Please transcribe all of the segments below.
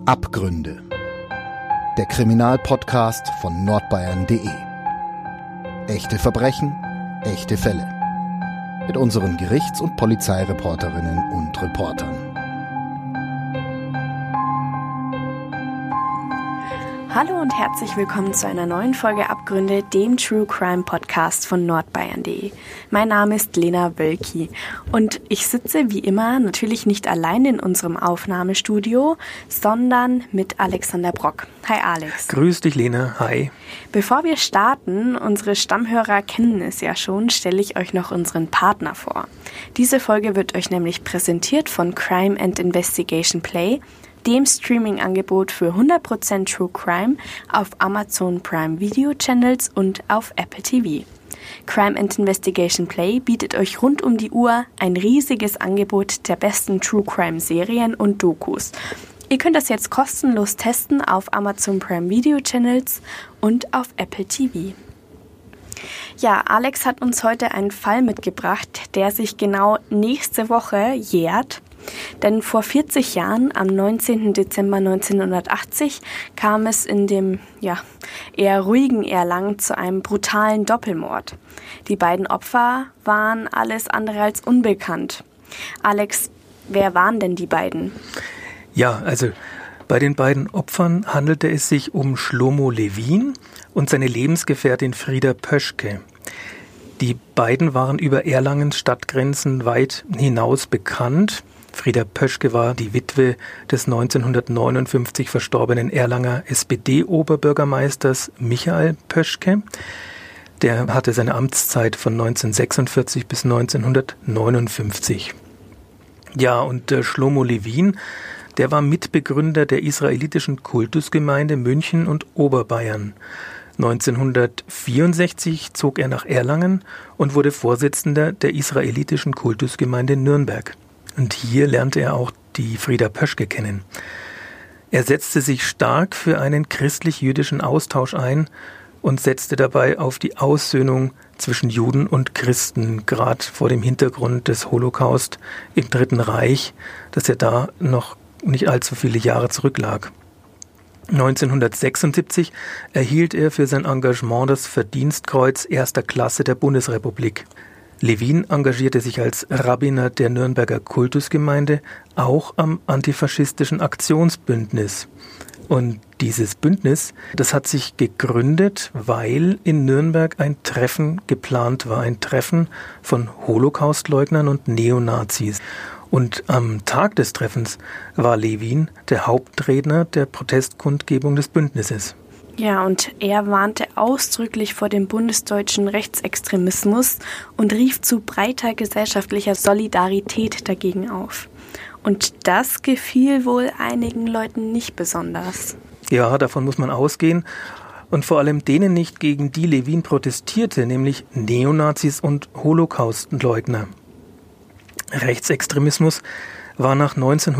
Abgründe. Der Kriminalpodcast von nordbayern.de. Echte Verbrechen, echte Fälle. Mit unseren Gerichts- und Polizeireporterinnen und Reportern. Hallo und herzlich willkommen zu einer neuen Folge Abgründe, dem True Crime Podcast von nordbayern.de. Mein Name ist Lena Wölki und ich sitze wie immer natürlich nicht allein in unserem Aufnahmestudio, sondern mit Alexander Brock. Hi Alex. Grüß dich Lena, hi. Bevor wir starten, unsere Stammhörer kennen es ja schon, stelle ich euch noch unseren Partner vor. Diese Folge wird euch nämlich präsentiert von Crime & Investigation Play, dem Streaming-Angebot für 100% True Crime auf Amazon Prime Video Channels und auf Apple TV. Crime & Investigation Play bietet euch rund um die Uhr ein riesiges Angebot der besten True Crime Serien und Dokus. Ihr könnt das jetzt kostenlos testen auf Amazon Prime Video Channels und auf Apple TV. Ja, Alex hat uns heute einen Fall mitgebracht, der sich genau nächste Woche jährt. Denn vor 40 Jahren, am 19. Dezember 1980, kam es in dem eher ruhigen Erlangen zu einem brutalen Doppelmord. Die beiden Opfer waren alles andere als unbekannt. Alex, wer waren denn die beiden? Ja, also bei den beiden Opfern handelte es sich um Shlomo Levin und seine Lebensgefährtin Frieda Pöschke. Die beiden waren über Erlangens Stadtgrenzen weit hinaus bekannt. Frieda Pöschke war die Witwe des 1959 verstorbenen Erlanger SPD-Oberbürgermeisters Michael Pöschke. Der hatte seine Amtszeit von 1946 bis 1959. Ja, und Shlomo Levin, der war Mitbegründer der israelitischen Kultusgemeinde München und Oberbayern. 1964 zog er nach Erlangen und wurde Vorsitzender der israelitischen Kultusgemeinde Nürnberg. Und hier lernte er auch die Frieda Pöschke kennen. Er setzte sich stark für einen christlich-jüdischen Austausch ein und setzte dabei auf die Aussöhnung zwischen Juden und Christen, gerade vor dem Hintergrund des Holocaust im Dritten Reich, das ja da noch nicht allzu viele Jahre zurücklag. 1976 erhielt er für sein Engagement das Verdienstkreuz erster Klasse der Bundesrepublik. Levin engagierte sich als Rabbiner der Nürnberger Kultusgemeinde auch am antifaschistischen Aktionsbündnis. Und dieses Bündnis, das hat sich gegründet, weil in Nürnberg ein Treffen geplant war, ein Treffen von Holocaustleugnern und Neonazis. Und am Tag des Treffens war Levin der Hauptredner der Protestkundgebung des Bündnisses. Ja, und er warnte ausdrücklich vor dem bundesdeutschen Rechtsextremismus und rief zu breiter gesellschaftlicher Solidarität dagegen auf. Und das gefiel wohl einigen Leuten nicht besonders. Ja, davon muss man ausgehen. Und vor allem denen nicht, gegen die Levin protestierte, nämlich Neonazis und Holocaustleugner. Rechtsextremismus war nach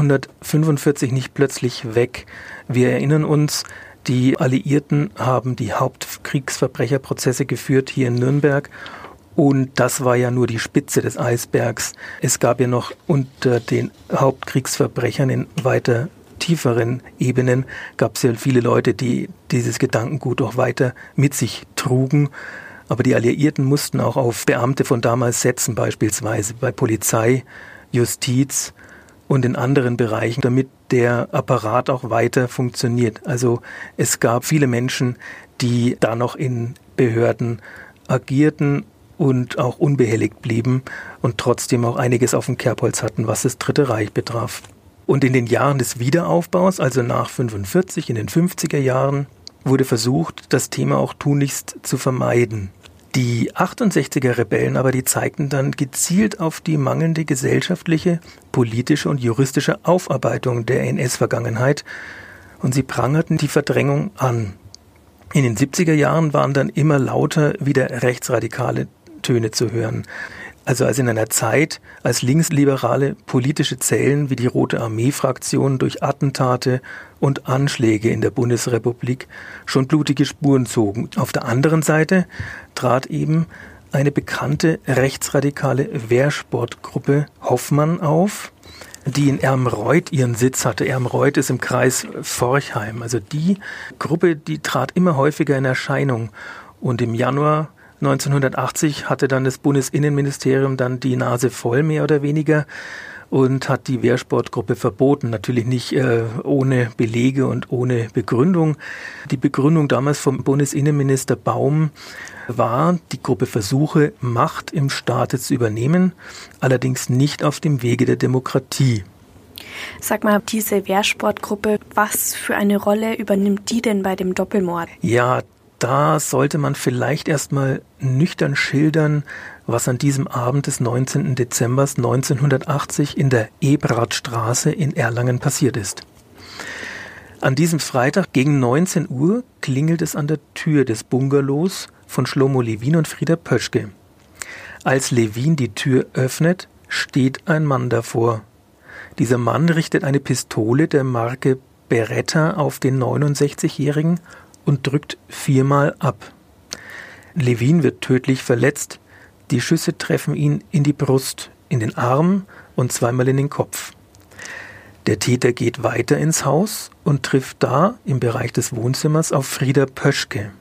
1945 nicht plötzlich weg. Wir erinnern uns, die Alliierten haben die Hauptkriegsverbrecherprozesse geführt hier in Nürnberg und das war ja nur die Spitze des Eisbergs. Es gab ja noch unter den Hauptkriegsverbrechern in weiter tieferen Ebenen gab es ja viele Leute, die dieses Gedankengut auch weiter mit sich trugen. Aber die Alliierten mussten auch auf Beamte von damals setzen, beispielsweise bei Polizei, Justiz und in anderen Bereichen, damit der Apparat auch weiter funktioniert. Also es gab viele Menschen, die da noch in Behörden agierten und auch unbehelligt blieben und trotzdem auch einiges auf dem Kerbholz hatten, was das Dritte Reich betraf. Und in den Jahren des Wiederaufbaus, also nach 1945, in den 50er Jahren, wurde versucht, das Thema auch tunlichst zu vermeiden. Die 68er Rebellen aber, die zeigten dann gezielt auf die mangelnde gesellschaftliche, politische und juristische Aufarbeitung der NS-Vergangenheit und sie prangerten die Verdrängung an. In den 70er Jahren waren dann immer lauter wieder rechtsradikale Töne zu hören. Also als in einer Zeit, als linksliberale politische Zellen wie die Rote Armee-Fraktion durch Attentate und Anschläge in der Bundesrepublik schon blutige Spuren zogen. Auf der anderen Seite trat eben eine bekannte rechtsradikale Wehrsportgruppe Hoffmann auf, die in Ermreuth ihren Sitz hatte. Ermreuth ist im Kreis Forchheim. Also die Gruppe, die trat immer häufiger in Erscheinung. Und im Januar 1980 hatte dann das Bundesinnenministerium dann die Nase voll, mehr oder weniger, und hat die Wehrsportgruppe verboten. Natürlich nicht ohne Belege und ohne Begründung. Die Begründung damals vom Bundesinnenminister Baum war, die Gruppe versuche, Macht im Staate zu übernehmen, allerdings nicht auf dem Wege der Demokratie. Sag mal, diese Wehrsportgruppe, was für eine Rolle übernimmt die denn bei dem Doppelmord? Ja, da sollte man vielleicht erstmal nüchtern schildern, was an diesem Abend des 19. Dezember 1980 in der Ebrathstraße in Erlangen passiert ist. An diesem Freitag gegen 19 Uhr klingelt es an der Tür des Bungalows von Shlomo Levin und Frieda Pöschke. Als Levin die Tür öffnet, steht ein Mann davor. Dieser Mann richtet eine Pistole der Marke Beretta auf den 69-Jährigen und drückt 4-mal ab. Levin wird tödlich verletzt. Die Schüsse treffen ihn in die Brust, in den Arm und 2-mal in den Kopf. Der Täter geht weiter ins Haus und trifft da im Bereich des Wohnzimmers auf Frieda Pöschke.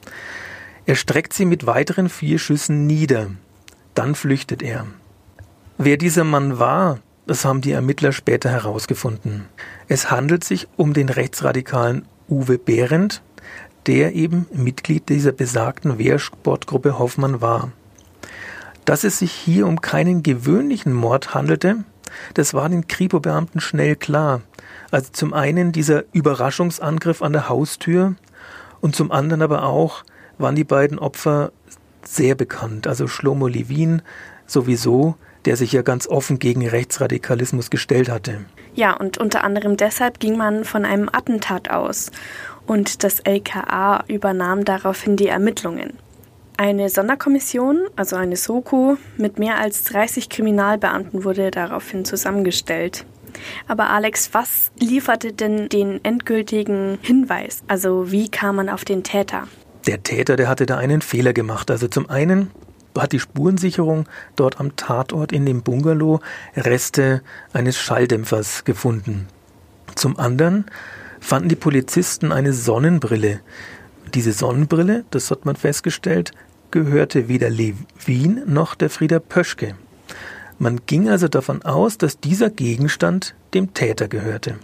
Er streckt sie mit weiteren 4 Schüssen nieder. Dann flüchtet er. Wer dieser Mann war, das haben die Ermittler später herausgefunden. Es handelt sich um den rechtsradikalen Uwe Behrendt, der eben Mitglied dieser besagten Wehrsportgruppe Hoffmann war. Dass es sich hier um keinen gewöhnlichen Mord handelte, das war den Kripo-Beamten schnell klar. Also zum einen dieser Überraschungsangriff an der Haustür und zum anderen aber auch waren die beiden Opfer sehr bekannt. Also Shlomo Levin sowieso, der sich ja ganz offen gegen Rechtsradikalismus gestellt hatte. Ja, und unter anderem deshalb ging man von einem Attentat aus. Und das LKA übernahm daraufhin die Ermittlungen. Eine Sonderkommission, also eine Soko, mit mehr als 30 Kriminalbeamten wurde daraufhin zusammengestellt. Aber Alex, was lieferte denn den endgültigen Hinweis? Also wie kam man auf den Täter? Der Täter, der hatte da einen Fehler gemacht. Also zum einen hat die Spurensicherung dort am Tatort in dem Bungalow Reste eines Schalldämpfers gefunden. Zum anderen fanden die Polizisten eine Sonnenbrille. Diese Sonnenbrille, das hat man festgestellt, gehörte weder Levin noch der Frieda Pöschke. Man ging also davon aus, dass dieser Gegenstand dem Täter gehörte.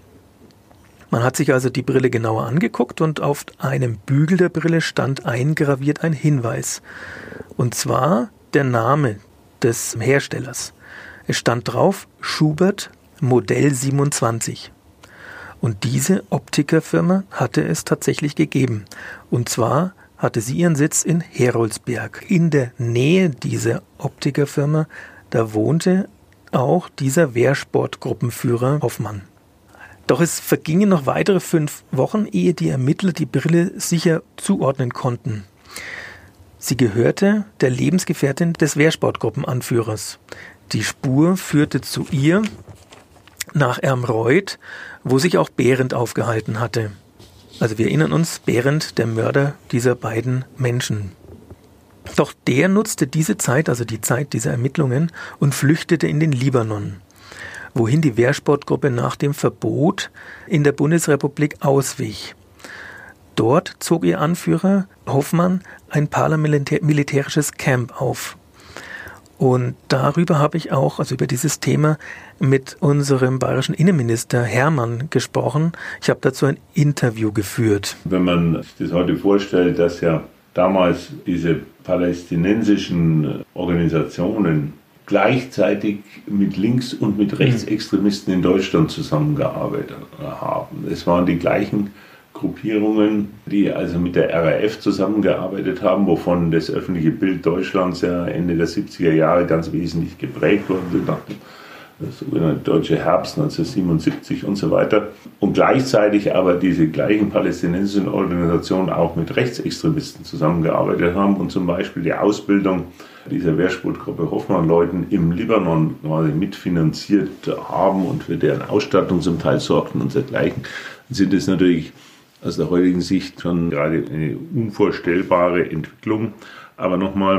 Man hat sich also die Brille genauer angeguckt und auf einem Bügel der Brille stand eingraviert ein Hinweis. Und zwar der Name des Herstellers. Es stand drauf Schubert Modell 27. Und diese Optikerfirma hatte es tatsächlich gegeben. Und zwar hatte sie ihren Sitz in Heroldsberg. In der Nähe dieser Optikerfirma, da wohnte auch dieser Wehrsportgruppenführer Hoffmann. Doch es vergingen noch weitere 5 Wochen, ehe die Ermittler die Brille sicher zuordnen konnten. Sie gehörte der Lebensgefährtin des Wehrsportgruppenanführers. Die Spur führte zu ihr nach Ermreuth, wo sich auch Behrendt aufgehalten hatte. Also wir erinnern uns, Behrendt, der Mörder dieser beiden Menschen. Doch der nutzte diese Zeit, also die Zeit dieser Ermittlungen, und flüchtete in den Libanon, wohin die Wehrsportgruppe nach dem Verbot in der Bundesrepublik auswich. Dort zog ihr Anführer Hoffmann ein paramilitärisches Camp auf. Und darüber habe ich auch, also über dieses Thema, mit unserem bayerischen Innenminister Hermann gesprochen. Ich habe dazu ein Interview geführt. Wenn man sich das heute vorstellt, dass ja damals diese palästinensischen Organisationen gleichzeitig mit Links- und mit Rechtsextremisten in Deutschland zusammengearbeitet haben. Es waren die gleichen Gruppierungen, die also mit der RAF zusammengearbeitet haben, wovon das öffentliche Bild Deutschlands ja Ende der 70er Jahre ganz wesentlich geprägt wurde, nach dem sogenannten Deutsche Herbst 1977 und so weiter. Und gleichzeitig aber diese gleichen palästinensischen Organisationen auch mit Rechtsextremisten zusammengearbeitet haben und zum Beispiel die Ausbildung dieser Wehrsportgruppe Hoffmann-Leuten im Libanon quasi mitfinanziert haben und für deren Ausstattung zum Teil sorgten und dergleichen, sind es natürlich aus der heutigen Sicht schon gerade eine unvorstellbare Entwicklung. Aber nochmal,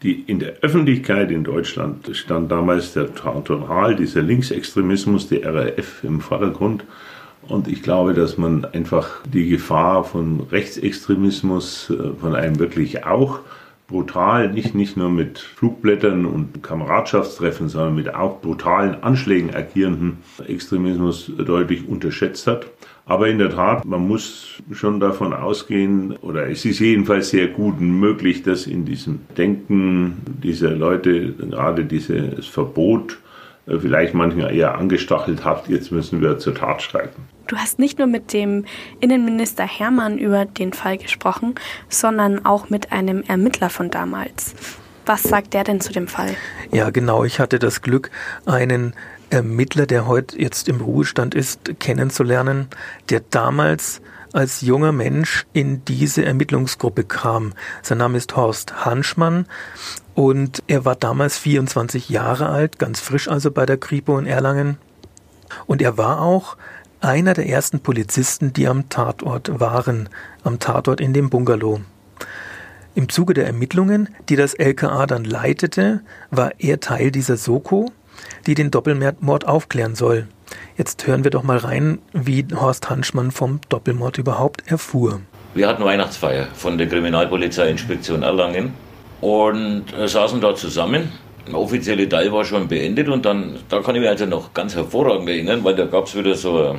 In der Öffentlichkeit in Deutschland stand damals total dieser Linksextremismus, die RAF im Vordergrund. Und ich glaube, dass man einfach die Gefahr von Rechtsextremismus von einem wirklich auch brutal, nicht nur mit Flugblättern und Kameradschaftstreffen, sondern mit auch brutalen Anschlägen agierenden Extremismus deutlich unterschätzt hat. Aber in der Tat, man muss schon davon ausgehen, oder es ist jedenfalls sehr gut möglich, dass in diesem Denken dieser Leute gerade dieses Verbot vielleicht manchmal eher angestachelt hat, jetzt müssen wir zur Tat schreiten. Du hast nicht nur mit dem Innenminister Hermann über den Fall gesprochen, sondern auch mit einem Ermittler von damals. Was sagt der denn zu dem Fall? Ja, genau. Ich hatte das Glück, einen Ermittler, der heute jetzt im Ruhestand ist, kennenzulernen, der damals als junger Mensch in diese Ermittlungsgruppe kam. Sein Name ist Horst Hanschmann und er war damals 24 Jahre alt, ganz frisch also bei der Kripo in Erlangen. Und er war auch einer der ersten Polizisten, die am Tatort waren, am Tatort in dem Bungalow. Im Zuge der Ermittlungen, die das LKA dann leitete, war er Teil dieser Soko, die den Doppelmord aufklären soll. Jetzt hören wir doch mal rein, wie Horst Hanschmann vom Doppelmord überhaupt erfuhr. Wir hatten Weihnachtsfeier von der Kriminalpolizeiinspektion Erlangen und saßen da zusammen. Der offizielle Teil war schon beendet und dann, da kann ich mich also noch ganz hervorragend erinnern, weil da gab es wieder so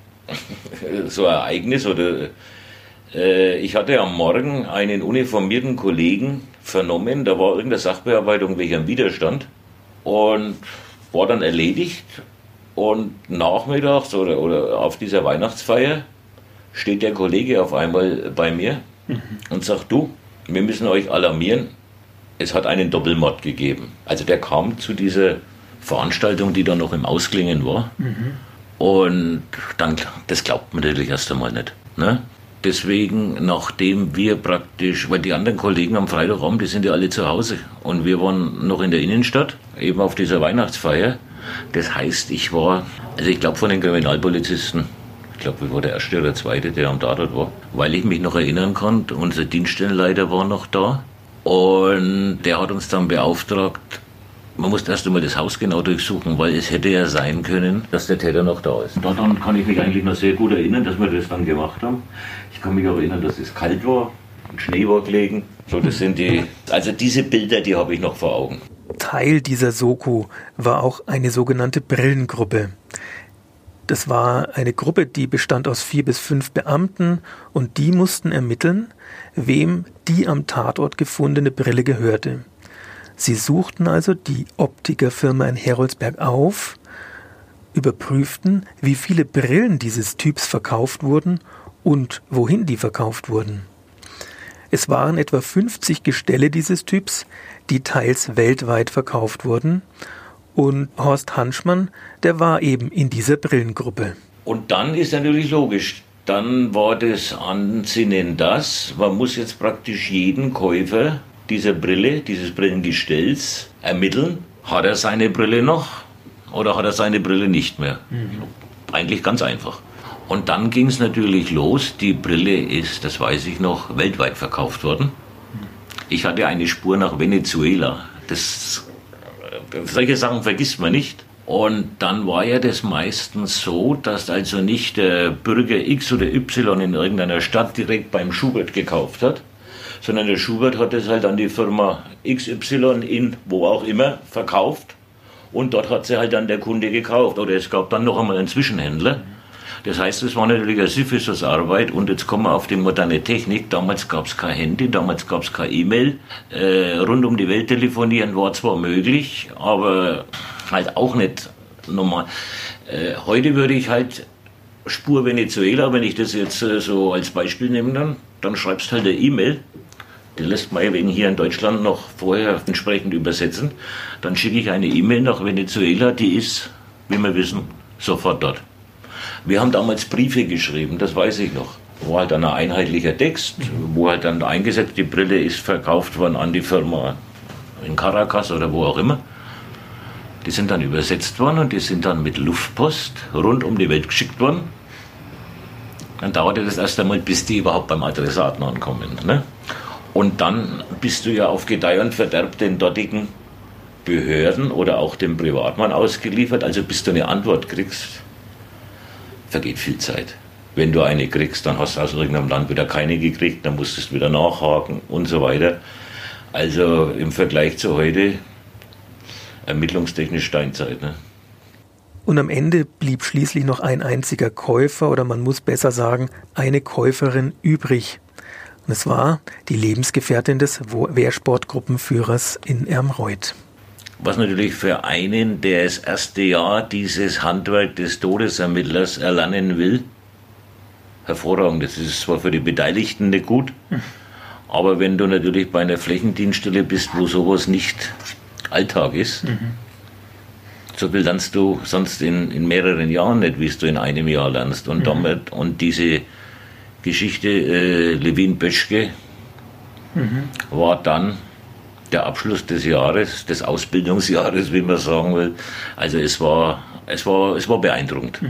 ein Ereignis. Ich hatte am Morgen einen uniformierten Kollegen vernommen, da war irgendeine Sachbearbeitung wegen Widerstand und war dann erledigt. Und nachmittags oder auf dieser Weihnachtsfeier steht der Kollege auf einmal bei mir und sagt, du, wir müssen euch alarmieren, es hat einen Doppelmord gegeben. Also der kam zu dieser Veranstaltung, die dann noch im Ausklingen war. Und dann, das glaubt man natürlich erst einmal nicht. Ne? Deswegen, nachdem wir praktisch, weil die anderen Kollegen am Freitagabend, die sind ja alle zu Hause und wir waren noch in der Innenstadt, eben auf dieser Weihnachtsfeier. Das heißt, ich glaube von den Kriminalpolizisten, ich glaube, ich war der erste oder zweite, der am Tatort war, weil ich mich noch erinnern kann, unser Dienststellenleiter war noch da und der hat uns dann beauftragt, man muss erst einmal das Haus genau durchsuchen, weil es hätte ja sein können, dass der Täter noch da ist. Daran kann ich mich eigentlich noch sehr gut erinnern, dass wir das dann gemacht haben. Ich kann mich auch erinnern, dass es kalt war und Schnee war gelegen. So, das sind also diese Bilder, die habe ich noch vor Augen. Teil dieser Soko war auch eine sogenannte Brillengruppe. Das war eine Gruppe, die bestand aus 4 bis 5 Beamten und die mussten ermitteln, wem die am Tatort gefundene Brille gehörte. Sie suchten also die Optikerfirma in Heroldsberg auf, überprüften, wie viele Brillen dieses Typs verkauft wurden und wohin die verkauft wurden. Es waren etwa 50 Gestelle dieses Typs, die teils weltweit verkauft wurden. Und Horst Hanschmann, der war eben in dieser Brillengruppe. Und dann ist natürlich logisch, dann war das Ansinnen man muss jetzt praktisch jeden Käufer dieser Brille, dieses Brillengestells ermitteln. Hat er seine Brille noch oder hat er seine Brille nicht mehr? Eigentlich ganz einfach. Und dann ging es natürlich los. Die Brille ist, das weiß ich noch, weltweit verkauft worden. Ich hatte eine Spur nach Venezuela. Solche Sachen vergisst man nicht. Und dann war ja das meistens so, dass also nicht der Bürger X oder Y in irgendeiner Stadt direkt beim Schubert gekauft hat, sondern der Schubert hat es halt an die Firma XY in wo auch immer verkauft und dort hat sie halt dann der Kunde gekauft. Oder es gab dann noch einmal einen Zwischenhändler. Das heißt, es war natürlich eine Sisyphus-Arbeit und jetzt kommen wir auf die moderne Technik. Damals gab es kein Handy, damals gab es kein E-Mail. Rund um die Welt telefonieren war zwar möglich, aber halt auch nicht normal. Heute würde ich halt Spur Venezuela, wenn ich das jetzt so als Beispiel nehme, dann schreibst halt eine E-Mail. Die lässt man wegen hier in Deutschland noch vorher entsprechend übersetzen. Dann schicke ich eine E-Mail nach Venezuela, die ist, wie wir wissen, sofort dort. Wir haben damals Briefe geschrieben, das weiß ich noch. Wo halt dann ein einheitlicher Text, wo halt dann eingesetzt, die Brille ist verkauft worden an die Firma in Caracas oder wo auch immer. Die sind dann übersetzt worden und die sind dann mit Luftpost rund um die Welt geschickt worden. Dann dauerte das erst einmal, bis die überhaupt beim Adressaten ankommen. Ne? Und dann bist du ja auf Gedeih und Verderb den dortigen Behörden oder auch dem Privatmann ausgeliefert. Also bis du eine Antwort kriegst, vergeht viel Zeit. Wenn du eine kriegst, dann hast du aus irgendeinem Land wieder keine gekriegt, dann musstest du wieder nachhaken und so weiter. Also im Vergleich zu heute ermittlungstechnisch Steinzeit. Ne? Und am Ende blieb schließlich noch ein einziger Käufer, oder man muss besser sagen, eine Käuferin übrig. Und es war die Lebensgefährtin des Wehrsportgruppenführers in Ermreuth. Was natürlich für einen, der das erste Jahr dieses Handwerk des Todesermittlers erlernen will, hervorragend. Das ist zwar für die Beteiligten nicht gut, aber wenn du natürlich bei einer Flächendienststelle bist, wo sowas nicht Alltag ist, so viel lernst du sonst in mehreren Jahren nicht, wie du in einem Jahr lernst. Und damit, und diese Geschichte Levin Pöschke war dann der Abschluss des Jahres, des Ausbildungsjahres, wie man sagen will. Also es war beeindruckend.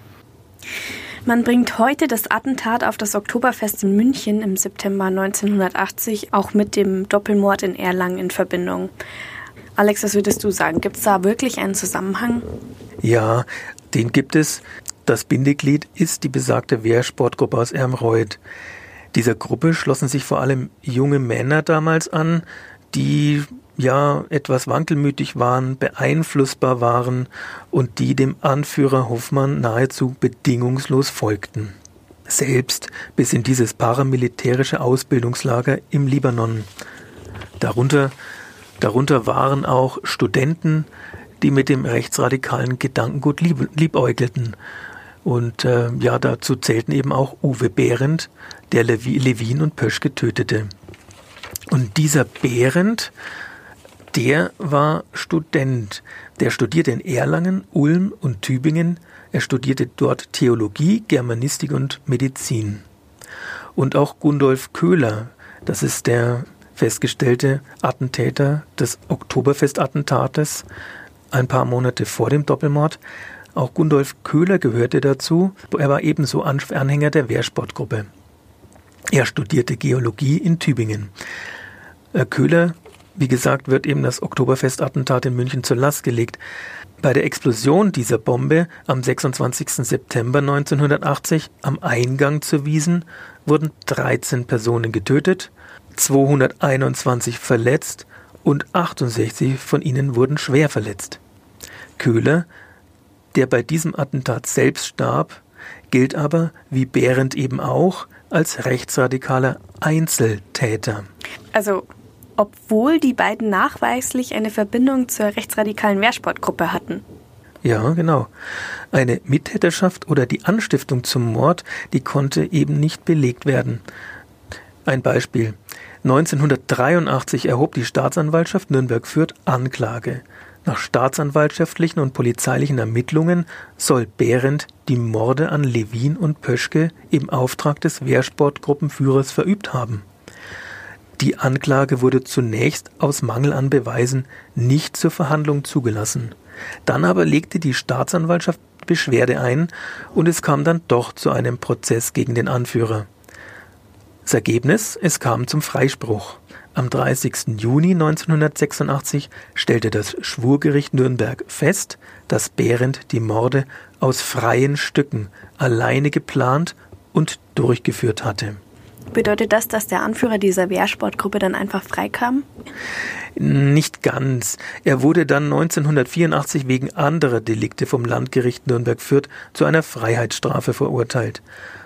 Man bringt heute das Attentat auf das Oktoberfest in München im September 1980 auch mit dem Doppelmord in Erlangen in Verbindung. Alex, was würdest du sagen? Gibt es da wirklich einen Zusammenhang? Ja, den gibt es. Das Bindeglied ist die besagte Wehrsportgruppe aus Ermreuth. Dieser Gruppe schlossen sich vor allem junge Männer damals an, die ja etwas wankelmütig waren, beeinflussbar waren und die dem Anführer Hoffmann nahezu bedingungslos folgten. Selbst bis in dieses paramilitärische Ausbildungslager im Libanon. Darunter waren auch Studenten, die mit dem rechtsradikalen Gedankengut liebäugelten. Und dazu zählten eben auch Uwe Behrendt, der Levin und Pöschke tötete. Und dieser Behrendt, der war Student. Der studierte in Erlangen, Ulm und Tübingen. Er studierte dort Theologie, Germanistik und Medizin. Und auch Gundolf Köhler, das ist der festgestellte Attentäter des Oktoberfest-Attentates ein paar Monate vor dem Doppelmord. Auch Gundolf Köhler gehörte dazu. Er war ebenso Anhänger der Wehrsportgruppe. Er studierte Geologie in Tübingen. Köhler, wie gesagt, wird eben das Oktoberfest-Attentat in München zur Last gelegt. Bei der Explosion dieser Bombe am 26. September 1980 am Eingang zur Wiesn wurden 13 Personen getötet, 221 verletzt und 68 von ihnen wurden schwer verletzt. Köhler, der bei diesem Attentat selbst starb, gilt aber, wie Behrendt eben auch, als rechtsradikaler Einzeltäter. Also, obwohl die beiden nachweislich eine Verbindung zur rechtsradikalen Wehrsportgruppe hatten. Ja, genau. Eine Mittäterschaft oder die Anstiftung zum Mord, die konnte eben nicht belegt werden. Ein Beispiel. 1983 erhob die Staatsanwaltschaft Nürnberg-Fürth Anklage. Nach staatsanwaltschaftlichen und polizeilichen Ermittlungen soll Behrendt die Morde an Levin und Pöschke im Auftrag des Wehrsportgruppenführers verübt haben. Die Anklage wurde zunächst aus Mangel an Beweisen nicht zur Verhandlung zugelassen. Dann aber legte die Staatsanwaltschaft Beschwerde ein und es kam dann doch zu einem Prozess gegen den Anführer. Das Ergebnis: Es kam zum Freispruch. Am 30. Juni 1986 stellte das Schwurgericht Nürnberg fest, dass Behrendt die Morde aus freien Stücken alleine geplant und durchgeführt hatte. Bedeutet das, dass der Anführer dieser Wehrsportgruppe dann einfach freikam? Nicht ganz. Er wurde dann 1984 wegen anderer Delikte vom Landgericht Nürnberg-Fürth zu einer Freiheitsstrafe verurteilt.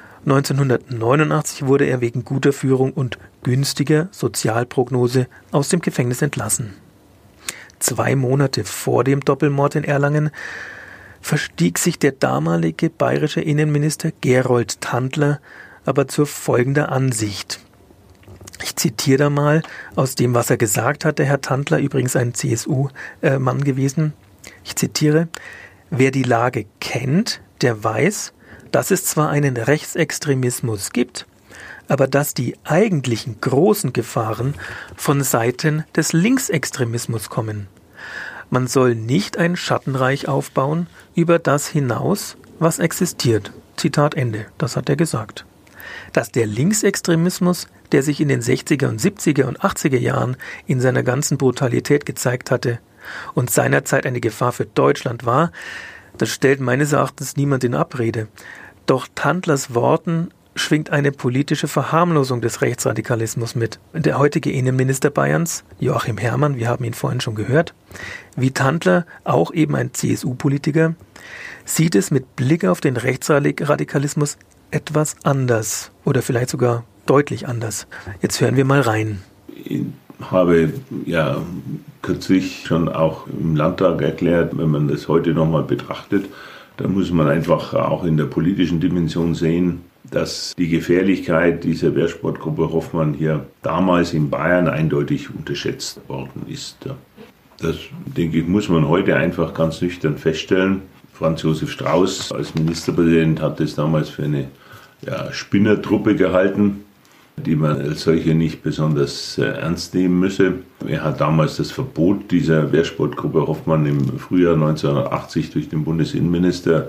1989 wurde er wegen guter Führung und günstiger Sozialprognose aus dem Gefängnis entlassen. 2 Monate vor dem Doppelmord in Erlangen verstieg sich der damalige bayerische Innenminister Gerold Tandler aber zu folgender Ansicht. Ich zitiere da mal aus dem, was er gesagt hat, der Herr Tandler, übrigens ein CSU-Mann gewesen. Ich zitiere: Wer die Lage kennt, der weiß, dass es zwar einen Rechtsextremismus gibt, aber dass die eigentlichen großen Gefahren von Seiten des Linksextremismus kommen. Man soll nicht ein Schattenreich aufbauen über das hinaus, was existiert. Zitat Ende. Das hat er gesagt. dass der Linksextremismus, der sich in den 60er und 70er und 80er Jahren in seiner ganzen Brutalität gezeigt hatte und seinerzeit eine Gefahr für Deutschland war, das stellt meines Erachtens niemand in Abrede. Doch Tandlers Worten schwingt eine politische Verharmlosung des Rechtsradikalismus mit. Der heutige Innenminister Bayerns, Joachim Herrmann, wir haben ihn vorhin schon gehört, wie Tandler, auch eben ein CSU-Politiker, sieht es mit Blick auf den Rechtsradikalismus etwas anders oder vielleicht sogar deutlich anders. Jetzt hören wir mal rein. Ich habe ja kürzlich schon auch im Landtag erklärt, wenn man das heute nochmal betrachtet, dann muss man einfach auch in der politischen Dimension sehen, dass die Gefährlichkeit dieser Wehrsportgruppe Hoffmann hier damals in Bayern eindeutig unterschätzt worden ist. Das, denke ich, muss man heute einfach ganz nüchtern feststellen. Franz Josef Strauß als Ministerpräsident hat das damals für eine Spinnertruppe gehalten, die man als solche nicht besonders ernst nehmen müsse. Er hat damals das Verbot dieser Wehrsportgruppe Hoffmann im Frühjahr 1980 durch den Bundesinnenminister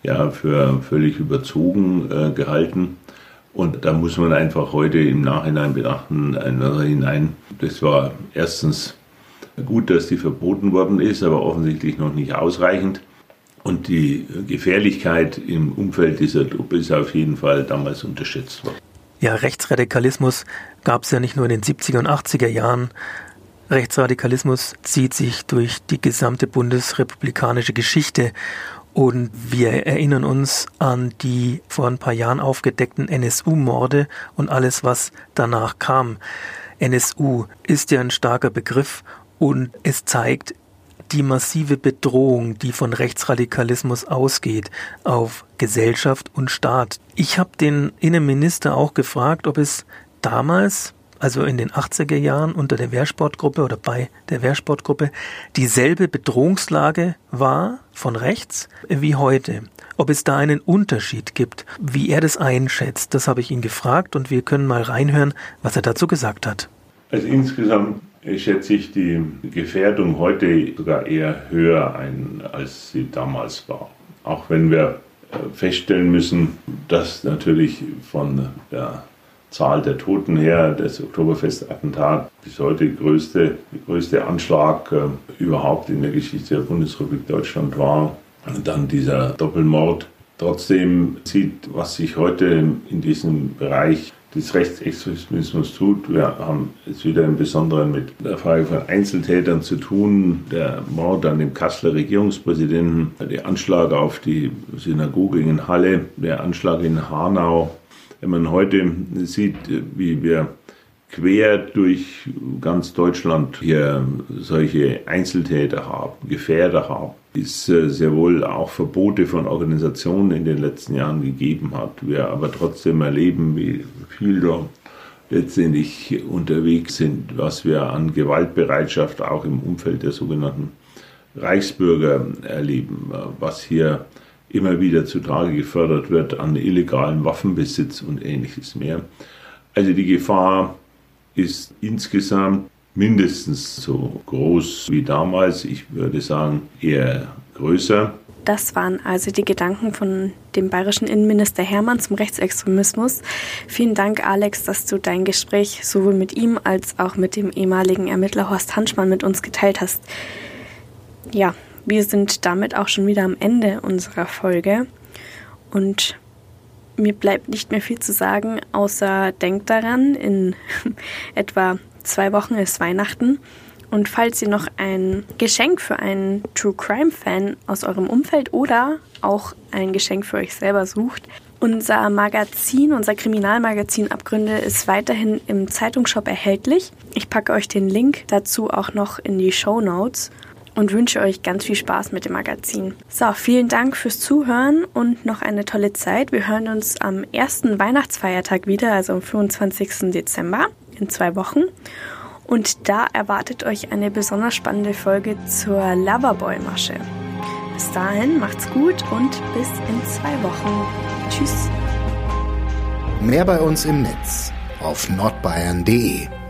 für völlig überzogen gehalten. Und da muss man einfach heute im Nachhinein betrachten, das war erstens gut, dass die verboten worden ist, aber offensichtlich noch nicht ausreichend. Und die Gefährlichkeit im Umfeld dieser Truppe ist auf jeden Fall damals unterschätzt worden. Ja, Rechtsradikalismus gab es ja nicht nur in den 70er und 80er Jahren. Rechtsradikalismus zieht sich durch die gesamte bundesrepublikanische Geschichte. Und wir erinnern uns an die vor ein paar Jahren aufgedeckten NSU-Morde und alles, was danach kam. NSU ist ja ein starker Begriff und es zeigt die massive Bedrohung, die von Rechtsradikalismus ausgeht, auf Gesellschaft und Staat. Ich habe den Innenminister auch gefragt, ob es damals, also in den 80er Jahren unter der Wehrsportgruppe oder bei der Wehrsportgruppe, dieselbe Bedrohungslage war von rechts wie heute. Ob es da einen Unterschied gibt, wie er das einschätzt, das habe ich ihn gefragt und wir können mal reinhören, was er dazu gesagt hat. Also insgesamt schätze ich die Gefährdung heute sogar eher höher ein, als sie damals war. Auch wenn wir feststellen müssen, dass natürlich von der Zahl der Toten her das Oktoberfestattentat bis heute der größte Anschlag überhaupt in der Geschichte der Bundesrepublik Deutschland war. Und dann dieser Doppelmord. Trotzdem sieht, was sich heute in diesem Bereich des Rechtsextremismus tut. Wir haben es wieder im Besonderen mit der Frage von Einzeltätern zu tun. Der Mord an dem Kasseler Regierungspräsidenten, der Anschlag auf die Synagoge in Halle, der Anschlag in Hanau. Wenn man heute sieht, wie wir quer durch ganz Deutschland hier solche Einzeltäter haben, Gefährder haben, ist sehr wohl auch Verbote von Organisationen in den letzten Jahren gegeben hat. Wir aber trotzdem erleben, wie viel da letztendlich unterwegs sind, was wir an Gewaltbereitschaft auch im Umfeld der sogenannten Reichsbürger erleben, was hier immer wieder zutage gefördert wird an illegalem Waffenbesitz und Ähnliches mehr. Also die Gefahr ist insgesamt mindestens so groß wie damals. Ich würde sagen, eher größer. Das waren also die Gedanken von dem bayerischen Innenminister Herrmann zum Rechtsextremismus. Vielen Dank, Alex, dass du dein Gespräch sowohl mit ihm als auch mit dem ehemaligen Ermittler Horst Hanschmann mit uns geteilt hast. Ja, wir sind damit auch schon wieder am Ende unserer Folge. Und mir bleibt nicht mehr viel zu sagen, außer denkt daran, in etwa 2 Wochen ist Weihnachten. Und falls ihr noch ein Geschenk für einen True Crime Fan aus eurem Umfeld oder auch ein Geschenk für euch selber sucht, unser Magazin, unser Kriminalmagazin Abgründe ist weiterhin im Zeitungsshop erhältlich. Ich packe euch den Link dazu auch noch in die Shownotes und wünsche euch ganz viel Spaß mit dem Magazin. So, vielen Dank fürs Zuhören und noch eine tolle Zeit. Wir hören uns am ersten Weihnachtsfeiertag wieder, also am 25. Dezember in 2 Wochen. Und da erwartet euch eine besonders spannende Folge zur Loverboy-Masche. Bis dahin, macht's gut und bis in 2 Wochen. Tschüss. Mehr bei uns im Netz auf nordbayern.de